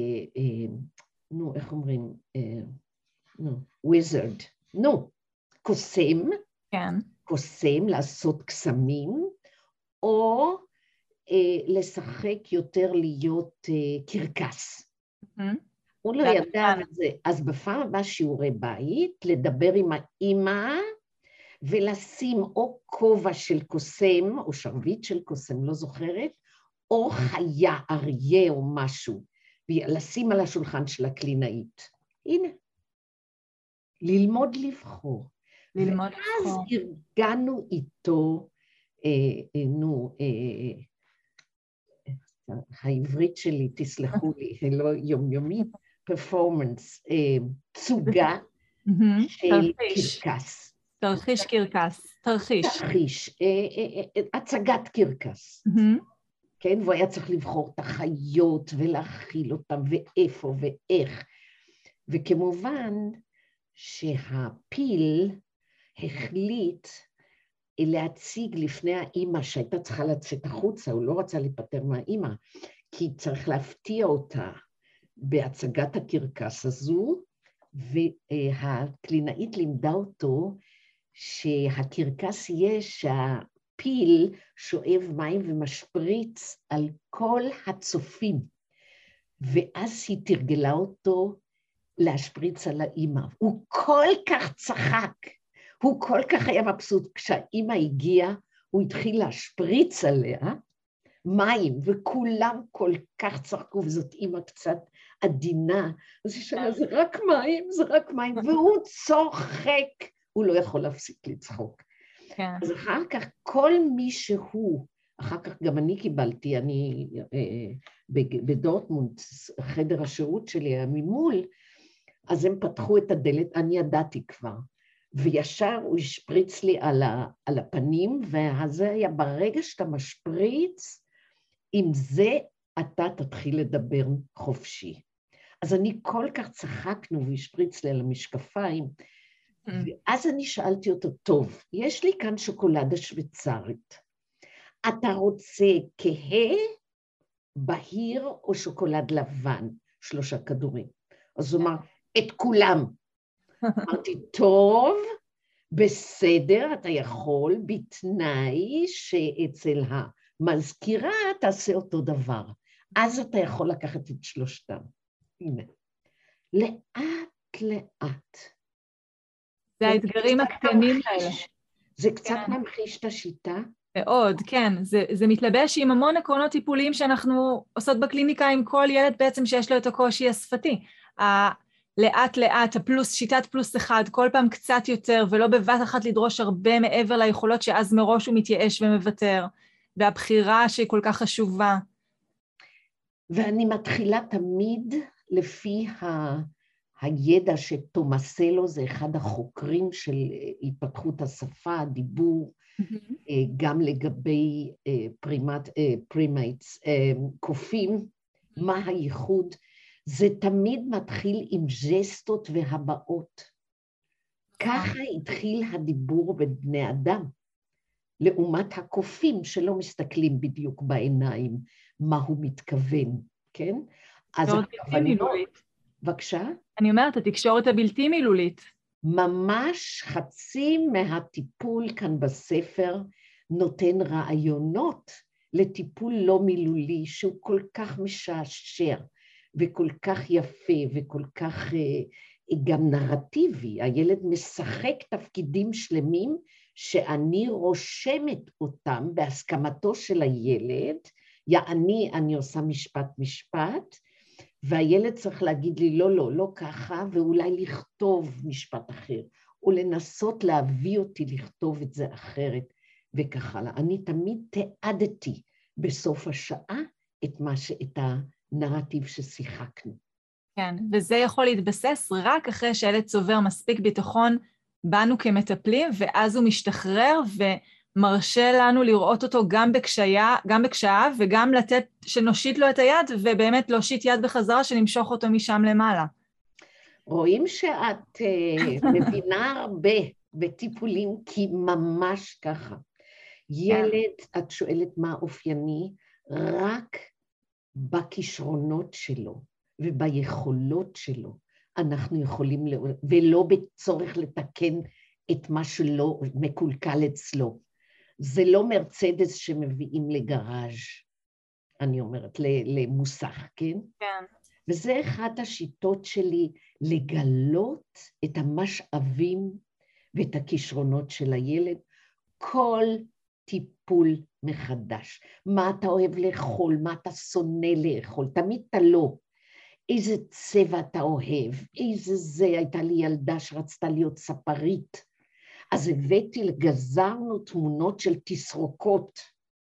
נו איך אומרים, נו, וויזרד, נו, קוסם, כן. קוסם, לעשות קסמים, או אה, לשחק יותר להיות אה, קרקס. Mm-hmm. הוא לא ידע את זה, אז בפעם הבאה שיעורי בית, לדבר עם האמא, ולשים או כובע של קוסם, או שרביט של קוסם, לא זוכרת, או חיה, אריה או משהו, ולשים על השולחן של הקלינאית. הנה, ללמוד לבחור. ללמוד ואז לבחור. ארגנו איתו, אה, אה, נו, אה, העברית שלי, תסלחו לי, לא יומיומי, פרפורמנס, צוגה של קרקס. תרחיש קרקס, תרחיש. תרחיש, הצגת קרקס. כן, והוא היה צריך לבחור את החיות ולהכיל אותם, ואיפה ואיך. וכמובן שהפיל החליט להציג לפני האמא שהייתה צריכה לצאת החוצה, הוא לא רצה להיפטר מהאמא, כי צריך להפתיע אותה בהצגת הקרקס הזו, והקלינאית לימדה אותו שהקרקס יהיה שהפיל שואב מים ומשפריץ על כל הצופים, ואז היא תרגלה אותו להשפריץ על האמא. הוא כל כך צחק, הוא כל כך היה מבסוט. כשהאמא הגיעה, הוא התחיל להשפריץ עליה מים, וכולם כל כך צחקו, וזאת אמא קצת עדינה. אז היא שאלה, זה רק מים, זה רק מים, והוא צוחק, הוא לא יכול להפסיק לצחוק. כן. אז אחר כך, כל מי שהוא, אחר כך גם אני קיבלתי, אני אה, בדורטמונד, חדר השירות שלי היה ממול, אז הם פתחו את הדלת, אני ידעתי כבר, וישר הוא השפריץ לי על, ה, על הפנים, וזה היה ברגע שאתה משפריץ, עם זה אתה תתחיל לדבר חופשי. אז אני כל כך צחקנו והשפריץ לי על המשקפיים, ואז אני שאלתי אותו, טוב, יש לי כאן שוקולדה שוויצרית, אתה רוצה כהה, בהיר או שוקולד לבן, שלושה כדורים. אז הוא אמר, את כולם. אמרתי, טוב, בסדר, אתה יכול, בתנאי שאצל המזכירה תעשה אותו דבר. אז אתה יכול לקחת את שלושתם. הנה. לאט לאט. זה האתגרים הקטנים האלה. זה קצת ממחיש את השיטה. מאוד, כן. זה, זה מתלבש עם המון עקרונות טיפוליים שאנחנו עושות בקליניקה עם כל ילד בעצם שיש לו את הקושי השפתי. לאט לאט, הפלוס, שיטת פלוס אחד, כל פעם קצת יותר, ולא בבת אחת לדרוש הרבה מעבר ליכולות שאז מראש הוא מתייאש ומוותר, והבחירה שהיא כל כך חשובה. ואני מתחילה תמיד לפי ה... הידע שתומסלו, זה אחד החוקרים של התפתחות השפה, הדיבור, mm-hmm. גם לגבי פרימט, פרימייטס, קופים, mm-hmm. מה הייחוד, זה תמיד מתחיל עם ג'סטות והבאות. ככה התחיל הדיבור בין בני אדם, לעומת הקופים שלא מסתכלים בדיוק בעיניים מה הוא מתכוון, כן? אז הכוונות... בבקשה? אני אומרת, התקשורת הבלתי מילולית. ממש חצי מהטיפול כאן בספר נותן רעיונות לטיפול לא מילולי, שהוא כל כך משעשע, וכל כך יפה, וכל כך גם נרטיבי. הילד משחק תפקידים שלמים, שאני רושמת אותם בהסכמתו של הילד, יעני אני עושה משפט משפט, והילד צריך להגיד לי, לא, לא, לא ככה, ואולי לכתוב משפט אחר, או לנסות להביא אותי לכתוב את זה אחרת, וכך הלאה. אני תמיד תיעדתי בסוף השעה את, מה ש... את הנרטיב ששיחקנו. כן, וזה יכול להתבסס רק אחרי שהילד צובר מספיק ביטחון בנו כמטפלים, ואז הוא משתחרר ומרשה לנו לראות אותו גם בקשיה, גם בקשייו, וגם לתת, שנושיט לו את היד, ובאמת להושיט יד בחזרה, שנמשוך אותו משם למעלה. רואים שאת uh, מבינה הרבה בטיפולים, כי ממש ככה. ילד, את שואלת מה אופייני, רק בכישרונות שלו וביכולות שלו, אנחנו יכולים, ולא בצורך לתקן את מה שלא מקולקל אצלו. זה לא מרצדס שמביאים לגראז', אני אומרת, למוסך, כן? כן. וזה אחת השיטות שלי, לגלות את המשאבים ואת הכישרונות של הילד, כל טיפול מחדש. מה אתה אוהב לאכול, מה אתה שונא לאכול, תמיד אתה לא. איזה צבע אתה אוהב, איזה זה, הייתה לי ילדה שרצתה להיות ספרית, אז הבאתי, גזרנו תמונות של תסרוקות,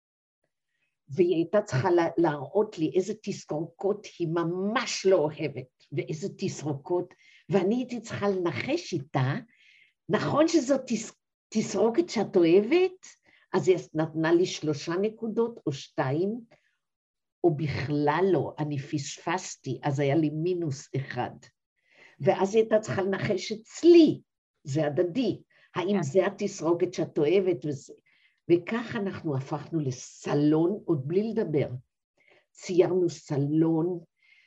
והיא הייתה צריכה להראות לי איזה תסרוקות היא ממש לא אוהבת, ואיזה תסרוקות, ואני הייתי צריכה לנחש איתה, נכון שזאת תסרוקת שאת אוהבת, אז היא נתנה לי שלושה נקודות או שתיים, או בכלל לא, אני פספסתי, אז היה לי מינוס אחד. ואז היא הייתה צריכה לנחש אצלי, זה הדדי, האם זה התסרוקת שאת אוהבת וזה. וכך אנחנו הפכנו לסלון, עוד בלי לדבר. ציירנו סלון,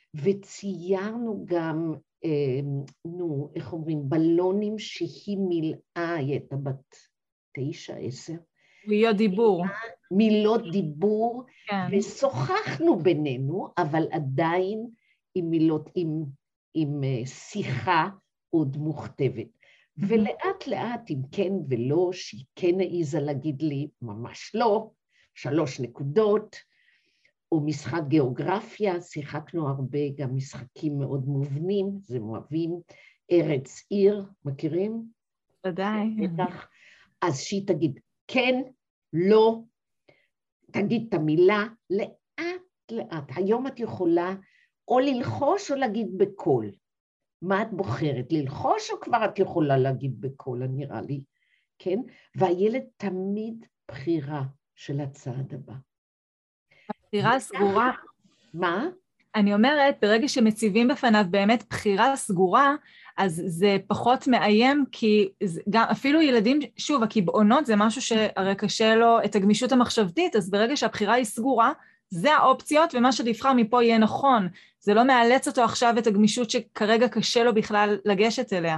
וציירנו גם, אה, נו, איך אומרים, בלונים שהיא מילאה, היא הייתה בת תשע, עשר. מילות דיבור. מילות דיבור, כן. ושוחחנו בינינו, אבל עדיין עם מילות, עם, עם שיחה עוד מוכתבת. ולאט לאט, אם כן ולא, שהיא כן העיזה להגיד לי, ממש לא, שלוש נקודות, או משחק גיאוגרפיה, שיחקנו הרבה, גם משחקים מאוד מובנים, זה מואבים, ארץ עיר, מכירים? ודאי. בטח. אז שהיא תגיד, כן, לא, תגיד את המילה, לאט לאט. היום את יכולה או ללחוש או להגיד בקול. מה את בוחרת? ללחוש או כבר את יכולה להגיד בקול, נראה לי, כן? והילד תמיד בחירה של הצעד הבא. בחירה סגורה. מה? אני אומרת, ברגע שמציבים בפניו באמת בחירה סגורה, אז זה פחות מאיים, כי גם, אפילו ילדים, שוב, הקבעונות זה משהו שהרי קשה לו את הגמישות המחשבתית, אז ברגע שהבחירה היא סגורה, זה האופציות, ומה שתבחר מפה יהיה נכון. זה לא מאלץ אותו עכשיו את הגמישות שכרגע קשה לו בכלל לגשת אליה.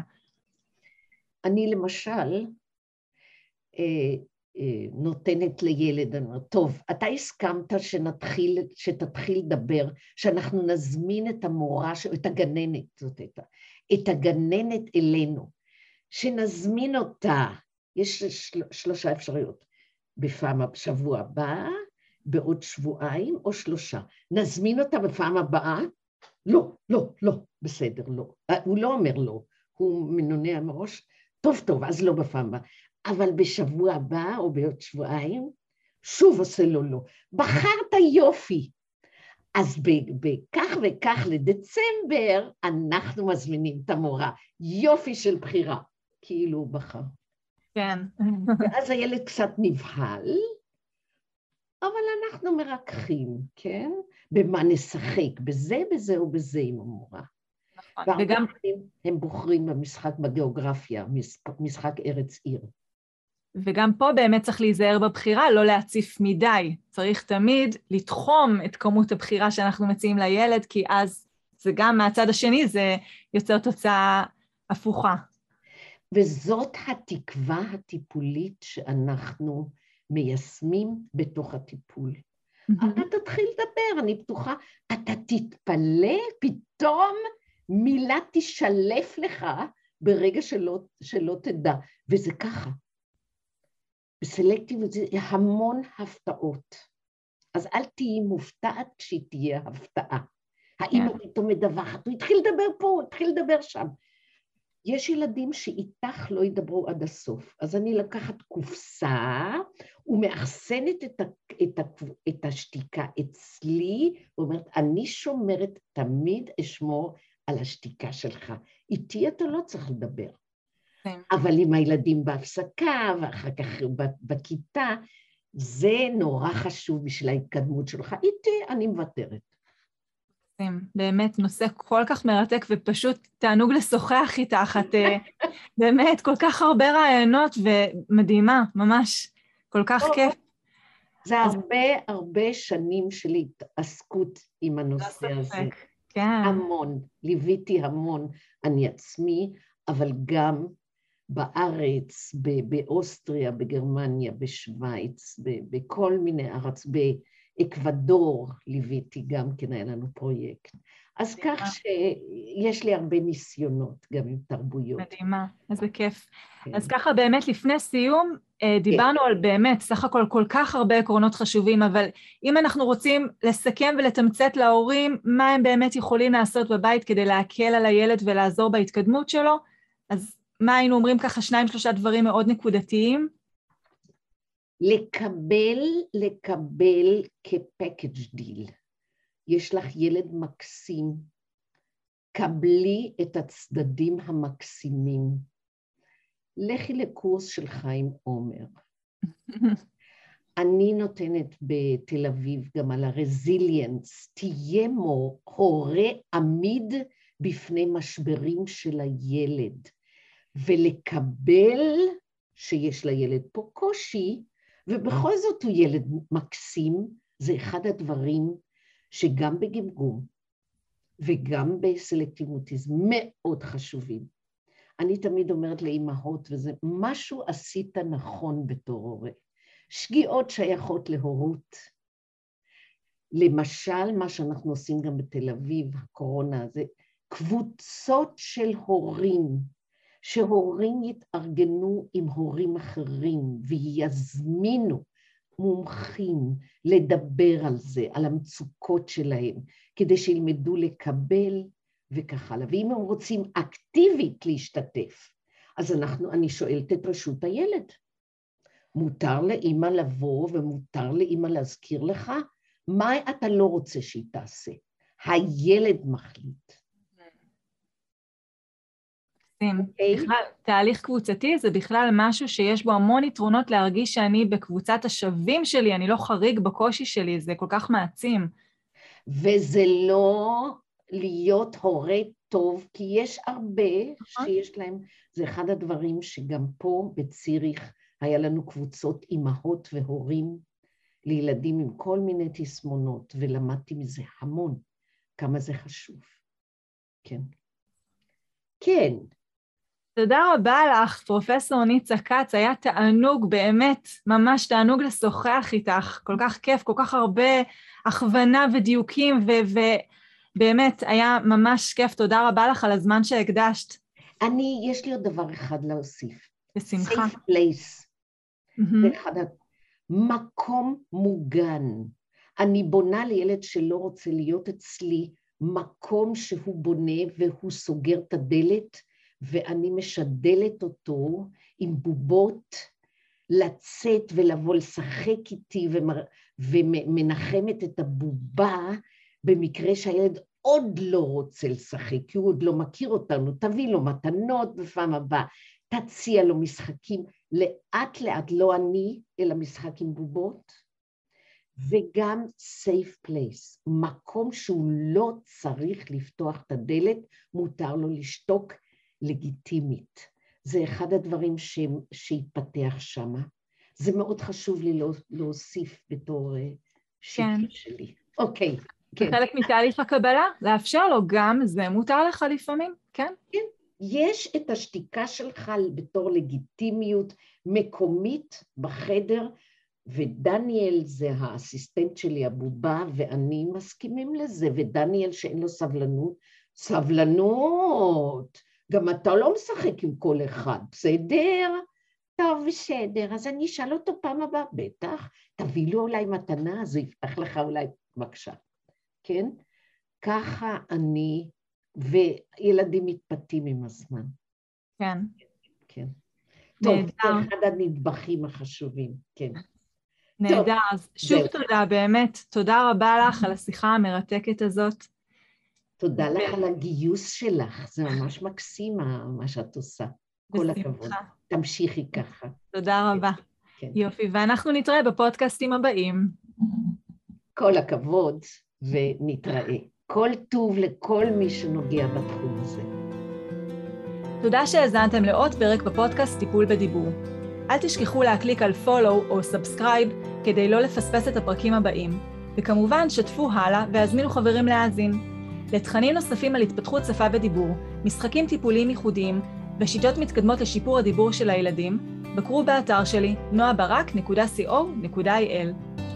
אני למשל, אה, אה, נותנת לילד, אני אומרת, טוב, אתה הסכמת שנתחיל, שתתחיל לדבר, שאנחנו נזמין את המורה, את הגננת, זאת הייתה, את הגננת אלינו, שנזמין אותה, יש של, שלושה אפשרויות, בפעם בשבוע הבא, בעוד שבועיים או שלושה. נזמין אותה בפעם הבאה? לא, לא, לא, בסדר, לא. הוא לא אומר לא, הוא מנונע מראש, טוב, טוב, אז לא בפעם הבאה. אבל בשבוע הבא או בעוד שבועיים, שוב עושה לו לא. בחרת יופי. אז בכך וכך לדצמבר, אנחנו מזמינים את המורה. יופי של בחירה, כאילו הוא בחר. כן. ואז הילד קצת נבהל, אבל אנחנו מרככים, כן? במה נשחק, בזה, בזה או בזה עם המורה. נכון. וגם הם בוחרים במשחק בגיאוגרפיה, משחק ארץ עיר. וגם פה באמת צריך להיזהר בבחירה, לא להציף מדי. צריך תמיד לתחום את כמות הבחירה שאנחנו מציעים לילד, כי אז זה גם מהצד השני, זה יוצר תוצאה הפוכה. וזאת התקווה הטיפולית שאנחנו מיישמים בתוך הטיפול. אתה תתחיל לדבר, אני בטוחה, אתה תתפלא, פתאום מילה תשלף לך ברגע שלא, שלא תדע, וזה ככה. בסלקטיביות זה המון הפתעות, אז אל תהיי מופתעת כשהיא תהיה הפתעה. האמא פתאום מדווחת, הוא התחיל לדבר פה, הוא התחיל לדבר שם. יש ילדים שאיתך לא ידברו עד הסוף, אז אני לקחת קופסה ומאחסנת את, ה, את, ה, את השתיקה אצלי, ואומרת, אני שומרת, תמיד אשמור על השתיקה שלך. איתי אתה לא צריך לדבר. כן. אבל עם הילדים בהפסקה, ואחר כך בכיתה, זה נורא חשוב בשביל ההתקדמות שלך. איתי אני מוותרת. באמת נושא כל כך מרתק ופשוט תענוג לשוחח איתך, את באמת כל כך הרבה רעיונות ומדהימה, ממש כל כך כיף. זה הרבה הרבה שנים של התעסקות עם הנושא הזה. כן. המון, ליוויתי המון אני עצמי, אבל גם בארץ, באוסטריה, בגרמניה, בשוויץ, בכל מיני ארץ, אקוודור ליוויתי גם כן, היה לנו פרויקט. אז כך שיש לי הרבה ניסיונות גם עם תרבויות. מדהימה, איזה כיף. אז ככה באמת לפני סיום, דיברנו על באמת סך הכל כל כך הרבה עקרונות חשובים, אבל אם אנחנו רוצים לסכם ולתמצת להורים מה הם באמת יכולים לעשות בבית כדי להקל על הילד ולעזור בהתקדמות שלו, אז מה היינו אומרים ככה שניים שלושה דברים מאוד נקודתיים? לקבל, לקבל כפקאג' דיל. יש לך ילד מקסים, קבלי את הצדדים המקסימים. לכי לקורס של חיים עומר. אני נותנת בתל אביב גם על הרזיליאנס, תהיה מו הורה עמיד בפני משברים של הילד, ולקבל שיש לילד פה קושי, ובכל זאת הוא ילד מקסים, זה אחד הדברים שגם בגמגום וגם בסלקטיבוטיזם מאוד חשובים. אני תמיד אומרת לאמהות, וזה משהו עשית נכון בתור הורה. שגיאות שייכות להורות. למשל, מה שאנחנו עושים גם בתל אביב, הקורונה, זה קבוצות של הורים, שהורים יתארגנו עם הורים אחרים ויזמינו מומחים לדבר על זה, על המצוקות שלהם, כדי שילמדו לקבל וכך הלאה. ואם הם רוצים אקטיבית להשתתף, אז אנחנו, אני שואלת את רשות הילד. מותר לאמא לבוא ומותר לאמא להזכיר לך, מה אתה לא רוצה שהיא תעשה? הילד מחליט. Okay. בכלל, תהליך קבוצתי זה בכלל משהו שיש בו המון יתרונות להרגיש שאני בקבוצת השווים שלי, אני לא חריג בקושי שלי, זה כל כך מעצים. וזה לא להיות הורה טוב, כי יש הרבה שיש להם, זה אחד הדברים שגם פה בציריך היה לנו קבוצות אמהות והורים לילדים עם כל מיני תסמונות, ולמדתי מזה המון, כמה זה חשוב. כן. כן. תודה רבה לך, פרופסור ניצה כץ, היה תענוג באמת, ממש תענוג לשוחח איתך, כל כך כיף, כל כך הרבה הכוונה ודיוקים, ובאמת היה ממש כיף, תודה רבה לך על הזמן שהקדשת. אני, יש לי עוד דבר אחד להוסיף. בשמחה. safe place. Mm-hmm. אחד, מקום מוגן. אני בונה לילד שלא רוצה להיות אצלי, מקום שהוא בונה והוא סוגר את הדלת, ואני משדלת אותו עם בובות לצאת ולבוא לשחק איתי ומר... ומנחמת את הבובה במקרה שהילד עוד לא רוצה לשחק, כי הוא עוד לא מכיר אותנו, תביא לו מתנות בפעם הבאה, תציע לו משחקים, לאט לאט לא אני, אלא משחק עם בובות, וגם safe place, מקום שהוא לא צריך לפתוח את הדלת, מותר לו לשתוק, לגיטימית. זה אחד הדברים ש... שהתפתח שם. זה מאוד חשוב לי להוסיף בתור שיקי כן. שלי. אוקיי, כן. חלק מתהליך הקבלה, לאפשר לו גם, זה מותר לך לפעמים, כן? כן. יש את השתיקה שלך בתור לגיטימיות מקומית בחדר, ודניאל זה האסיסטנט שלי, הבובה, ואני מסכימים לזה, ודניאל שאין לו סבלנות, סבלנות! גם אתה לא משחק עם כל אחד, בסדר? טוב, בסדר, אז אני אשאל אותו פעם הבאה, בטח, תביא לו אולי מתנה, אז הוא יפתח לך אולי בבקשה, כן? ככה אני, וילדים מתפתים עם הזמן. כן. כן. טוב, זה אחד הנדבכים החשובים, כן. נהדר, אז שוב תודה, באמת, תודה רבה לך על השיחה המרתקת הזאת. תודה לך על הגיוס שלך, זה ממש מקסים מה שאת עושה. כל הכבוד. תמשיכי ככה. תודה רבה. יופי, ואנחנו נתראה בפודקאסטים הבאים. כל הכבוד, ונתראה. כל טוב לכל מי שנוגע בתחום הזה. תודה שהאזנתם לעוד פרק בפודקאסט טיפול בדיבור. אל תשכחו להקליק על follow או subscribe כדי לא לפספס את הפרקים הבאים. וכמובן, שתפו הלאה והזמינו חברים להאזין. לתכנים נוספים על התפתחות שפה ודיבור, משחקים טיפוליים ייחודיים ושיטות מתקדמות לשיפור הדיבור של הילדים, בקרו באתר שלי נועה ברק נקודה סי או נקודה איי אל.